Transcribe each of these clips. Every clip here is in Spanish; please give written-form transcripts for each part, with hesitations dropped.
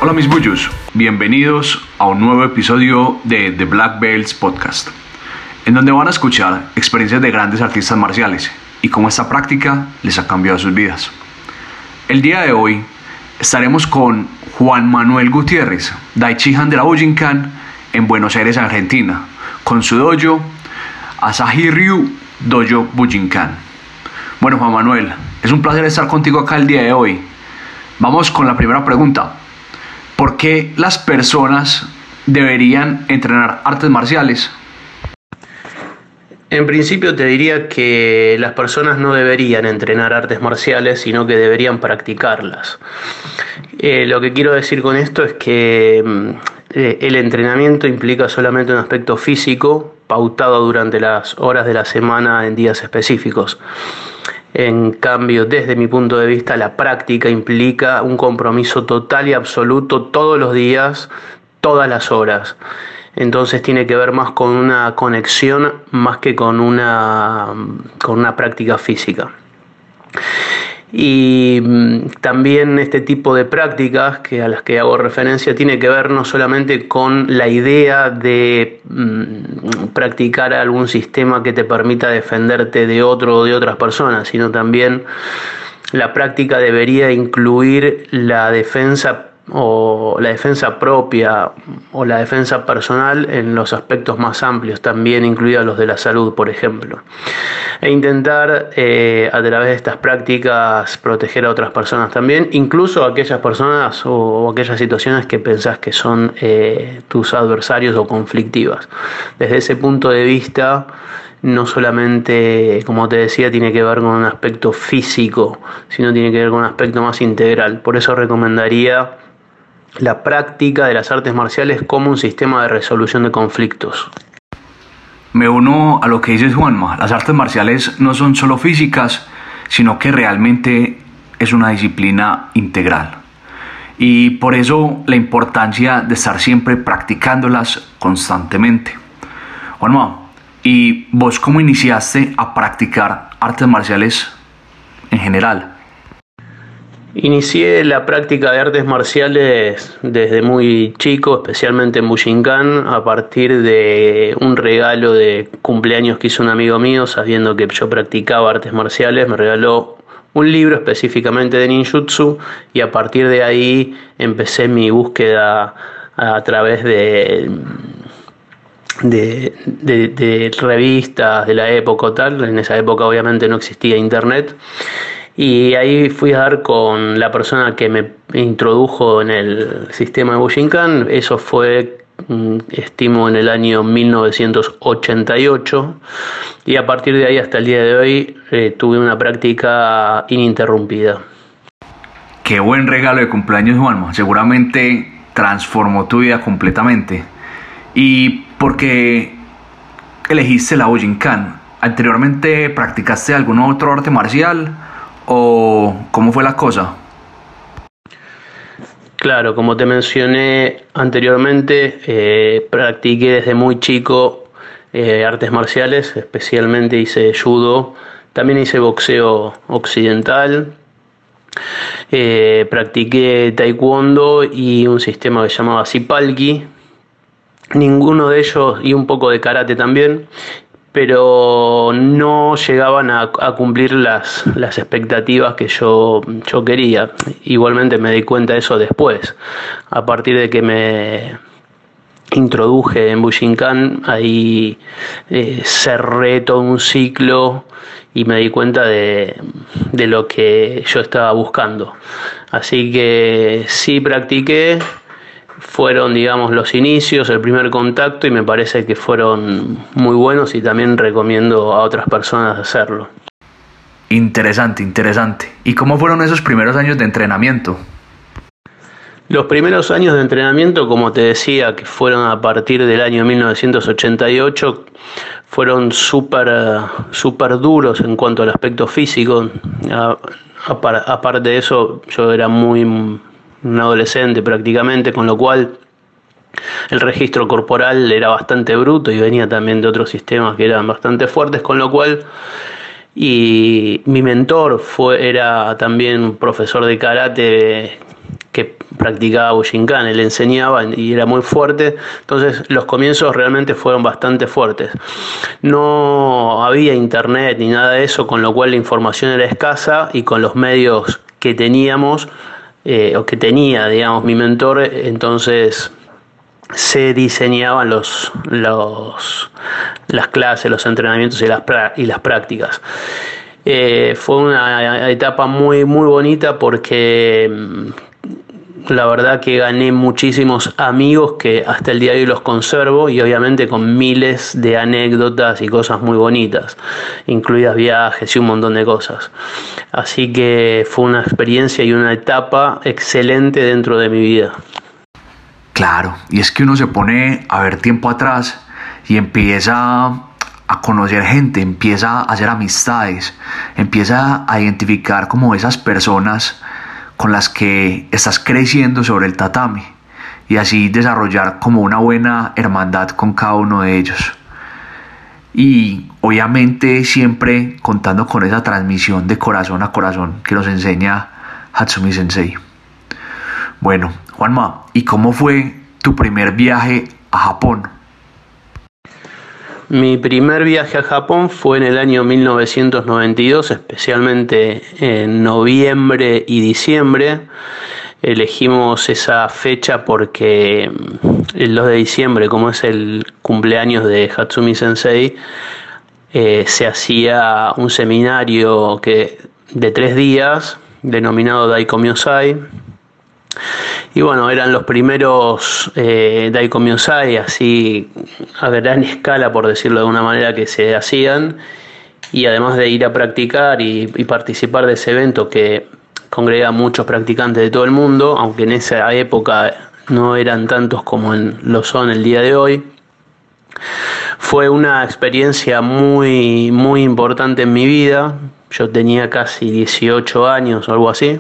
Hola mis bullos, bienvenidos a un nuevo episodio de The Black Belts Podcast, en donde van a escuchar experiencias de grandes artistas marciales y cómo esta práctica les ha cambiado sus vidas. El día de hoy estaremos con Juan Manuel Gutiérrez, Daichihan de la Bujinkan en Buenos Aires, Argentina, con su dojo Asahi Ryu Dojo Bujinkan. Bueno, Juan Manuel, es un placer estar contigo acá el día de hoy. Vamos con la primera pregunta. ¿Por qué las personas deberían entrenar artes marciales? En principio te diría que las personas no deberían entrenar artes marciales, sino que deberían practicarlas. Lo que quiero decir con esto es que el entrenamiento implica solamente un aspecto físico pautado durante las horas de la semana en días específicos. En cambio, desde mi punto de vista, la práctica implica un compromiso total y absoluto todos los días, todas las horas. Entonces tiene que ver más con una conexión más que con una práctica física. Y también este tipo de prácticas a las que hago referencia tiene que ver no solamente con la idea de practicar algún sistema que te permita defenderte de otro o de otras personas, sino también la práctica debería incluir la defensa propia o la defensa personal en los aspectos más amplios, también incluidos los de la salud, por ejemplo. E intentar a través de estas prácticas proteger a otras personas también, incluso a aquellas personas o aquellas situaciones que pensás que son tus adversarios o conflictivas. Desde ese punto de vista, no solamente, como te decía, tiene que ver con un aspecto físico, sino tiene que ver con un aspecto más integral. Por eso recomendaría la práctica de las artes marciales como un sistema de resolución de conflictos. Me uno a lo que dices, Juanma. Las artes marciales no son solo físicas, sino que realmente es una disciplina integral. Y por eso la importancia de estar siempre practicándolas constantemente. Juanma, ¿y vos cómo iniciaste a practicar artes marciales en general? Inicié la práctica de artes marciales desde muy chico, especialmente en Bujinkan, a partir de un regalo de cumpleaños que hizo un amigo mío, sabiendo que yo practicaba artes marciales. Me regaló un libro específicamente de ninjutsu y a partir de ahí empecé mi búsqueda a través de revistas de la época o tal. En esa época obviamente no existía internet. Y ahí fui a dar con la persona que me introdujo en el sistema de Bujinkan. Eso fue, estimo, en el año 1988. Y a partir de ahí hasta el día de hoy tuve una práctica ininterrumpida. Qué buen regalo de cumpleaños, Juanma. Seguramente transformó tu vida completamente. ¿Y por qué elegiste la Bujinkan? ¿Anteriormente practicaste algún otro arte marcial? ¿O cómo fue la cosa? Claro, como te mencioné anteriormente, practiqué desde muy chico artes marciales, especialmente hice judo, también hice boxeo occidental, practiqué taekwondo y un sistema que se llamaba Sipalki, ninguno de ellos, y un poco de karate también, pero no llegaban a cumplir las expectativas que yo quería. Igualmente me di cuenta de eso después, a partir de que me introduje en Bujinkan. Ahí cerré todo un ciclo y me di cuenta de lo que yo estaba buscando. Así que sí practiqué. Fueron, digamos, los inicios, el primer contacto, y me parece que fueron muy buenos y también recomiendo a otras personas hacerlo. Interesante. ¿Y cómo fueron esos primeros años de entrenamiento? Los primeros años de entrenamiento, como te decía, que fueron a partir del año 1988, fueron súper duros en cuanto al aspecto físico. Aparte de eso, yo era un adolescente prácticamente, con lo cual el registro corporal era bastante bruto y venía también de otros sistemas que eran bastante fuertes, con lo cual, y mi mentor era también un profesor de karate que practicaba Bujinkan, él enseñaba y era muy fuerte, entonces los comienzos realmente fueron bastante fuertes. No había internet ni nada de eso, con lo cual la información era escasa, y con los medios que teníamos, o que tenía, digamos, mi mentor, entonces se diseñaban las clases, los entrenamientos y las prácticas. Fue una etapa muy, muy bonita porque la verdad que gané muchísimos amigos que hasta el día de hoy los conservo, y obviamente con miles de anécdotas y cosas muy bonitas, incluidas viajes y un montón de cosas. Así que fue una experiencia y una etapa excelente dentro de mi vida. Claro, y es que uno se pone a ver tiempo atrás y empieza a conocer gente, empieza a hacer amistades, empieza a identificar como esas personas con las que estás creciendo sobre el tatami, y así desarrollar como una buena hermandad con cada uno de ellos. Y obviamente siempre contando con esa transmisión de corazón a corazón que nos enseña Hatsumi Sensei. Bueno, Juanma, ¿y cómo fue tu primer viaje a Japón? Mi primer viaje a Japón fue en el año 1992, especialmente en noviembre y diciembre. Elegimos esa fecha porque el 2 de diciembre, como es el cumpleaños de Hatsumi Sensei, se hacía un seminario de 3 días denominado Daikomiosai. Y bueno, eran los primeros Daikomiosai así a gran escala, por decirlo de una manera, que se hacían, y además de ir a practicar y participar de ese evento que congrega a muchos practicantes de todo el mundo, aunque en esa época no eran tantos como lo son el día de hoy, fue una experiencia muy, muy importante en mi vida. Yo tenía casi 18 años o algo así.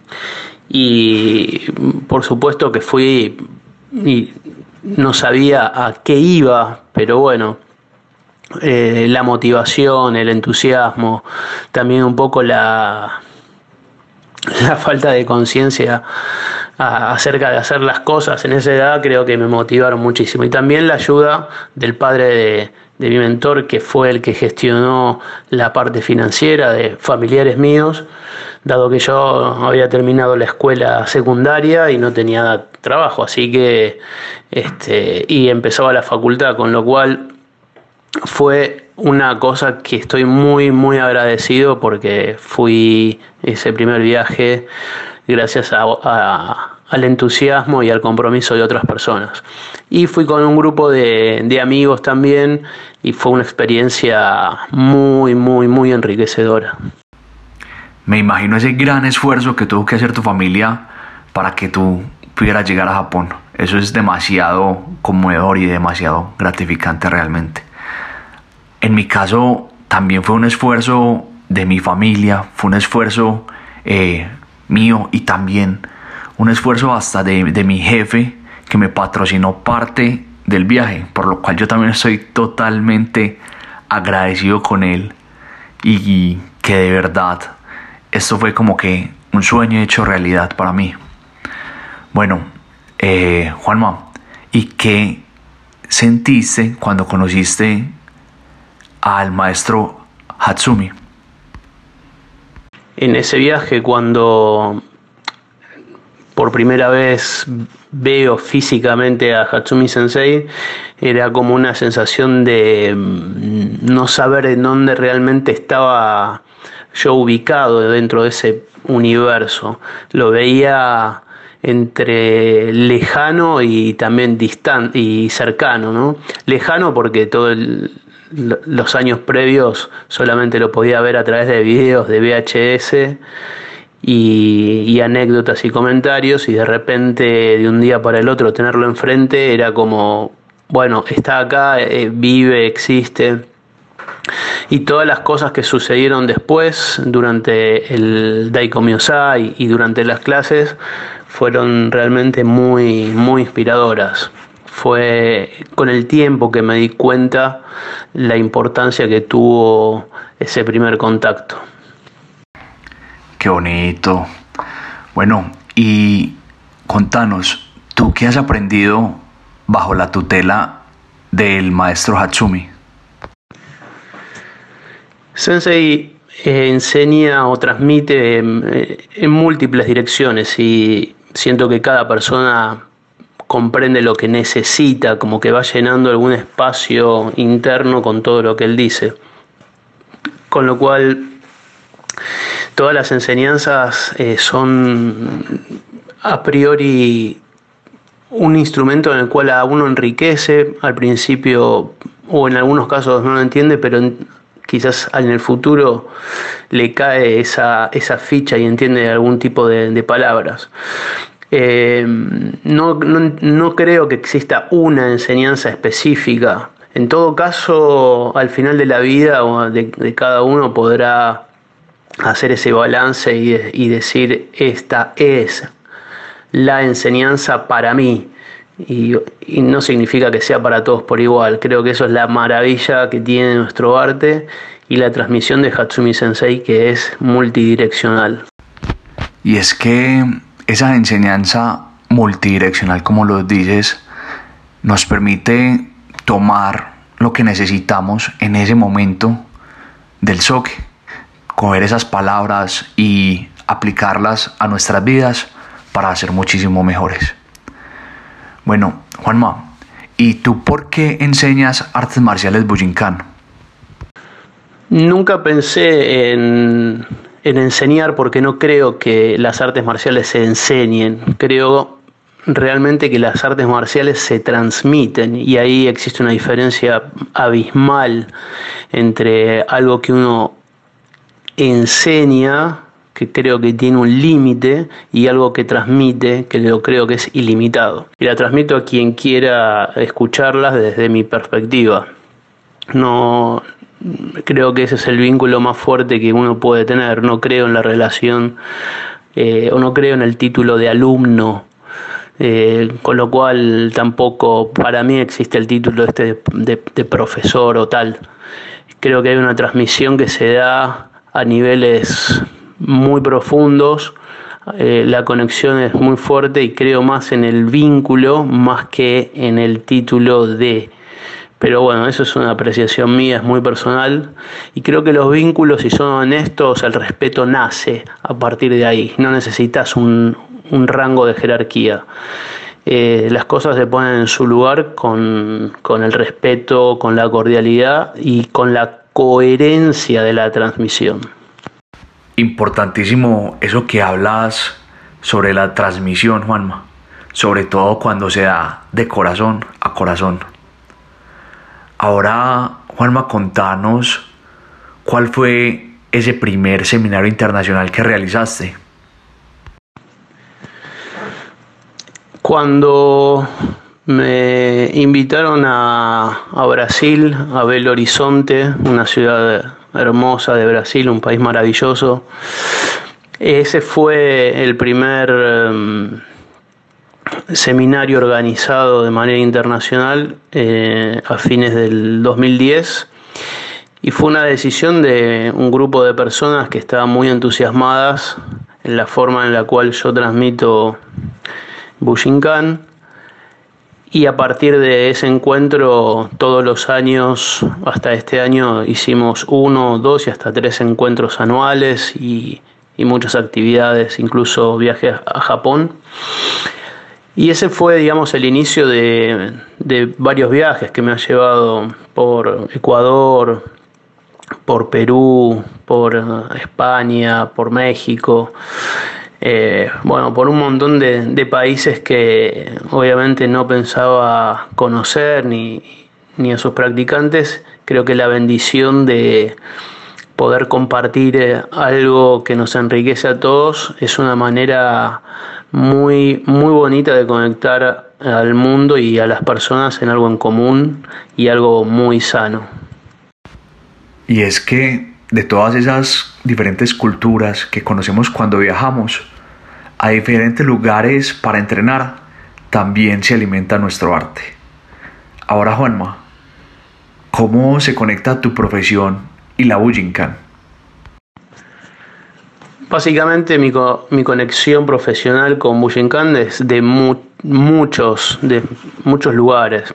Y por supuesto que fui y no sabía a qué iba, pero bueno, la motivación, el entusiasmo, también un poco la falta de conciencia acerca de hacer las cosas en esa edad, creo que me motivaron muchísimo. Y también la ayuda del padre de mi mentor, que fue el que gestionó la parte financiera de familiares míos, dado que yo había terminado la escuela secundaria y no tenía trabajo, así que y empezaba la facultad, con lo cual fue una cosa que estoy muy, muy agradecido, porque fui ese primer viaje gracias al entusiasmo y al compromiso de otras personas. Y fui con un grupo de amigos también, y fue una experiencia muy, muy, muy enriquecedora. Me imagino ese gran esfuerzo que tuvo que hacer tu familia para que tú pudieras llegar a Japón. Eso es demasiado conmovedor y demasiado gratificante realmente. En mi caso también fue un esfuerzo de mi familia, fue un esfuerzo mío, y también un esfuerzo hasta de mi jefe, que me patrocinó parte del viaje, por lo cual yo también estoy totalmente agradecido con él, y que de verdad esto fue como que un sueño hecho realidad para mí. Bueno, Juanma, ¿y qué sentiste cuando conociste al maestro Hatsumi? En ese viaje, cuando por primera vez veo físicamente a Hatsumi Sensei, era como una sensación de no saber en dónde realmente estaba yo ubicado dentro de ese universo. Lo veía entre lejano y también distante y cercano, ¿no? Lejano porque los años previos solamente lo podía ver a través de videos de VHS y anécdotas y comentarios, y de repente, de un día para el otro, tenerlo enfrente era como, bueno, está acá, vive, existe. Y todas las cosas que sucedieron después, durante el Daikomiosai y durante las clases, fueron realmente muy, muy inspiradoras. Fue con el tiempo que me di cuenta la importancia que tuvo ese primer contacto. Qué bonito. Bueno, y Contanos, ¿tú qué has aprendido bajo la tutela del maestro Hatsumi? Sensei enseña o transmite en múltiples direcciones y siento que cada persona comprende lo que necesita, como que va llenando algún espacio interno con todo lo que él dice. Con lo cual, todas las enseñanzas son a priori un instrumento en el cual a uno enriquece, al principio o en algunos casos no lo entiende, pero quizás en el futuro le cae esa ficha y entiende algún tipo de palabras. No creo que exista una enseñanza específica. En todo caso, al final de la vida o de cada uno podrá hacer ese balance y decir, esta es la enseñanza para mí. Y no significa que sea para todos por igual. Creo que eso es la maravilla que tiene nuestro arte y la transmisión de Hatsumi Sensei, que es multidireccional. Y es que esa enseñanza multidireccional, como lo dices, nos permite tomar lo que necesitamos en ese momento del soke, coger esas palabras y aplicarlas a nuestras vidas para ser muchísimo mejores. Bueno, Juanma, ¿y tú por qué enseñas artes marciales Bujinkan? Nunca pensé en enseñar, porque no creo que las artes marciales se enseñen. Creo realmente que las artes marciales se transmiten, y ahí existe una diferencia abismal entre algo que uno enseña, que creo que tiene un límite, y algo que transmite, que lo creo que es ilimitado. Y la transmito a quien quiera escucharlas desde mi perspectiva. No creo que ese es el vínculo más fuerte que uno puede tener. No creo en la relación o no creo en el título de alumno, con lo cual tampoco para mí existe el título de profesor o tal. Creo que hay una transmisión que se da a niveles muy profundos, la conexión es muy fuerte y creo más en el vínculo más que en el título de. Pero bueno, eso es una apreciación mía, es muy personal, y creo que los vínculos, si son honestos, el respeto nace a partir de ahí. No necesitas un rango de jerarquía. Las cosas se ponen en su lugar con el respeto, con la cordialidad y con la coherencia de la transmisión. Importantísimo eso que hablas sobre la transmisión, Juanma, sobre todo cuando se da de corazón a corazón. Ahora, Juanma, contanos cuál fue ese primer seminario internacional que realizaste. Cuando me invitaron a Brasil, a Belo Horizonte, una ciudad hermosa de Brasil, un país maravilloso, ese fue el primer seminario organizado de manera internacional a fines del 2010, y fue una decisión de un grupo de personas que estaban muy entusiasmadas en la forma en la cual yo transmito Bujinkan, y a partir de ese encuentro todos los años hasta este año hicimos 1, 2 y hasta 3 encuentros anuales y muchas actividades, incluso viajes a Japón. Y ese fue, digamos, el inicio de varios viajes que me han llevado por Ecuador, por Perú, por España, por México, por un montón de países que obviamente no pensaba conocer ni a sus practicantes. Creo que la bendición de poder compartir algo que nos enriquece a todos es una manera muy, muy bonita de conectar al mundo y a las personas en algo en común y algo muy sano. Y es que de todas esas diferentes culturas que conocemos cuando viajamos a diferentes lugares para entrenar, también se alimenta nuestro arte. Ahora, Juanma, ¿cómo se conecta tu profesión y la Bujinkan? Básicamente mi conexión profesional con Bujinkan es de muchos lugares.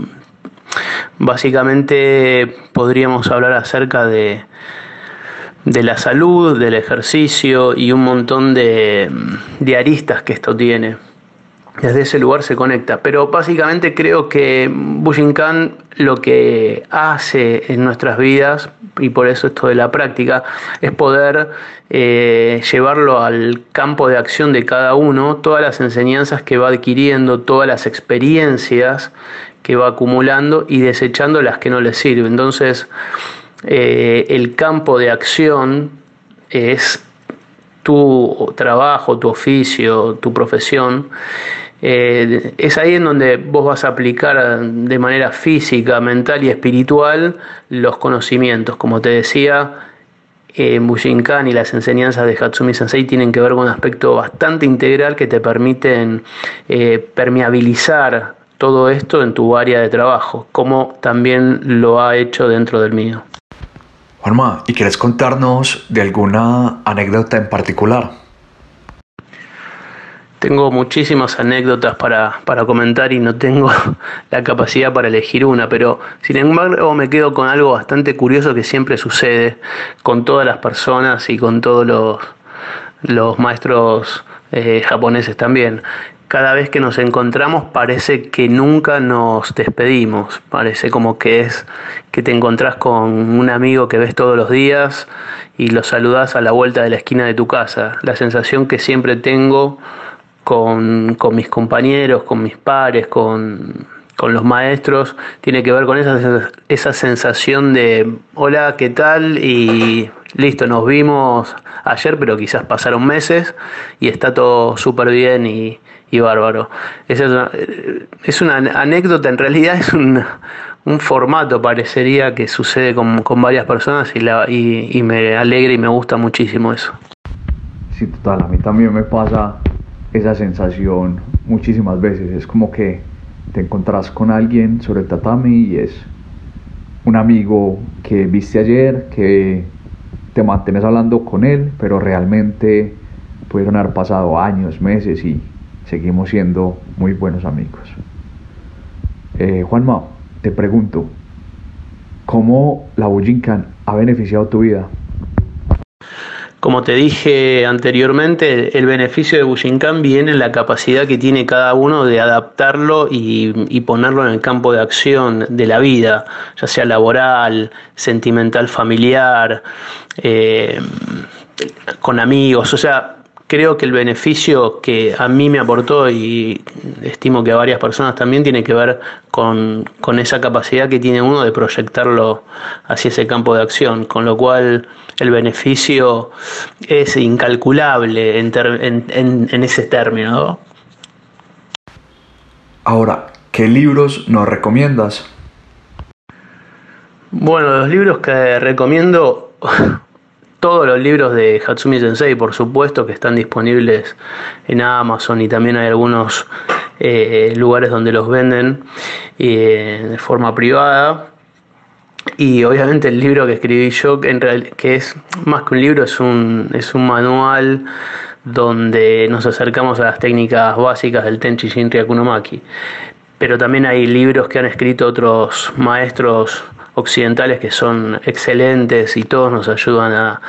Básicamente podríamos hablar acerca de la salud, del ejercicio y un montón de aristas que esto tiene. Desde ese lugar se conecta, pero básicamente creo que Bujinkan lo que hace en nuestras vidas, y por eso esto de la práctica, es poder llevarlo al campo de acción de cada uno, todas las enseñanzas que va adquiriendo, todas las experiencias que va acumulando y desechando las que no le sirven. Entonces, el campo de acción es tu trabajo, tu oficio, tu profesión. Es ahí en donde vos vas a aplicar de manera física, mental y espiritual los conocimientos. Como te decía, Bujinkan y las enseñanzas de Hatsumi Sensei tienen que ver con un aspecto bastante integral que te permiten permeabilizar todo esto en tu área de trabajo, como también lo ha hecho dentro del mío. Juanma, ¿y quieres contarnos de alguna anécdota en particular? Tengo muchísimas anécdotas para comentar y no tengo la capacidad para elegir una, pero sin embargo me quedo con algo bastante curioso que siempre sucede con todas las personas y con todos los maestros japoneses también. Cada vez que nos encontramos parece que nunca nos despedimos, parece como que te encontrás con un amigo que ves todos los días y lo saludás a la vuelta de la esquina de tu casa. La sensación que siempre tengo con mis compañeros, con mis pares, con los maestros, tiene que ver con esa sensación de hola, ¿qué tal? Y listo, nos vimos ayer, pero quizás pasaron meses y está todo súper bien y bárbaro. Es una anécdota, en realidad es un formato, parecería que sucede con varias personas y me alegra y me gusta muchísimo eso. Sí, total, a mí también me pasa esa sensación muchísimas veces. Es como que te encontrás con alguien sobre el tatami y es un amigo que viste ayer, que te mantienes hablando con él, pero realmente pudieron haber pasado años, meses y seguimos siendo muy buenos amigos. Juanma, te pregunto, ¿cómo la Bujinkan ha beneficiado tu vida? Como te dije anteriormente, el beneficio de Bujinkan viene en la capacidad que tiene cada uno de adaptarlo y ponerlo en el campo de acción de la vida, ya sea laboral, sentimental, familiar, con amigos. O sea, creo que el beneficio que a mí me aportó y estimo que a varias personas también tiene que ver con esa capacidad que tiene uno de proyectarlo hacia ese campo de acción, con lo cual el beneficio es incalculable en ese término, ¿no? Ahora, ¿qué libros nos recomiendas? Bueno, los libros que recomiendo, todos los libros de Hatsumi Sensei, por supuesto, que están disponibles en Amazon y también hay algunos lugares donde los venden de forma privada. Y obviamente el libro que escribí yo, que es más que un libro, es un manual donde nos acercamos a las técnicas básicas del Tenchi Shinryaku Akunomaki. Pero también hay libros que han escrito otros maestros occidentales que son excelentes y todos nos ayudan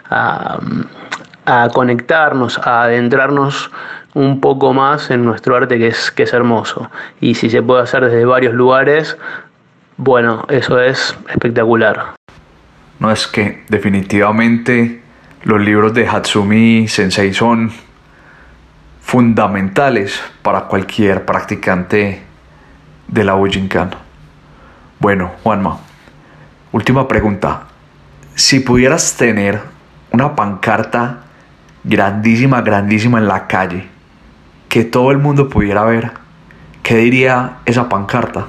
a conectarnos, a adentrarnos un poco más en nuestro arte que es hermoso. Y si se puede hacer desde varios lugares, bueno, eso es espectacular. No, es que definitivamente los libros de Hatsumi Sensei son fundamentales para cualquier practicante de la Bujinkan. Bueno, Juanma, última pregunta. Si pudieras tener una pancarta grandísima, grandísima en la calle, que todo el mundo pudiera ver, ¿qué diría esa pancarta?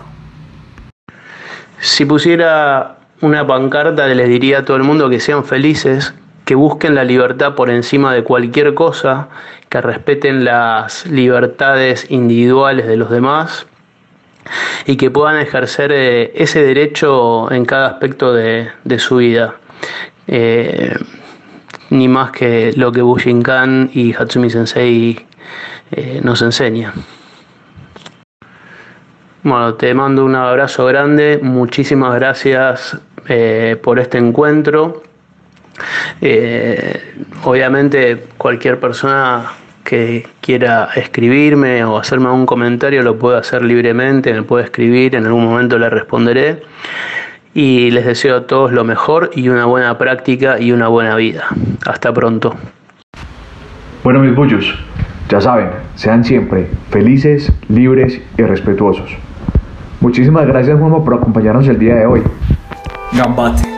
Si pusiera una pancarta, les diría a todo el mundo que sean felices, que busquen la libertad por encima de cualquier cosa, que respeten las libertades individuales de los demás y que puedan ejercer ese derecho en cada aspecto de su vida. ni más que lo que Bujinkan y Hatsumi Sensei nos enseñan. Bueno, te mando un abrazo grande, muchísimas gracias por este encuentro. Obviamente cualquier persona que quiera escribirme o hacerme algún comentario lo puede hacer libremente, me puede escribir, en algún momento le responderé. Y les deseo a todos lo mejor y una buena práctica y una buena vida. Hasta pronto. Bueno, mis bullos, ya saben, sean siempre felices, libres y respetuosos. Muchísimas gracias, Juanma, por acompañarnos el día de hoy. Gambate.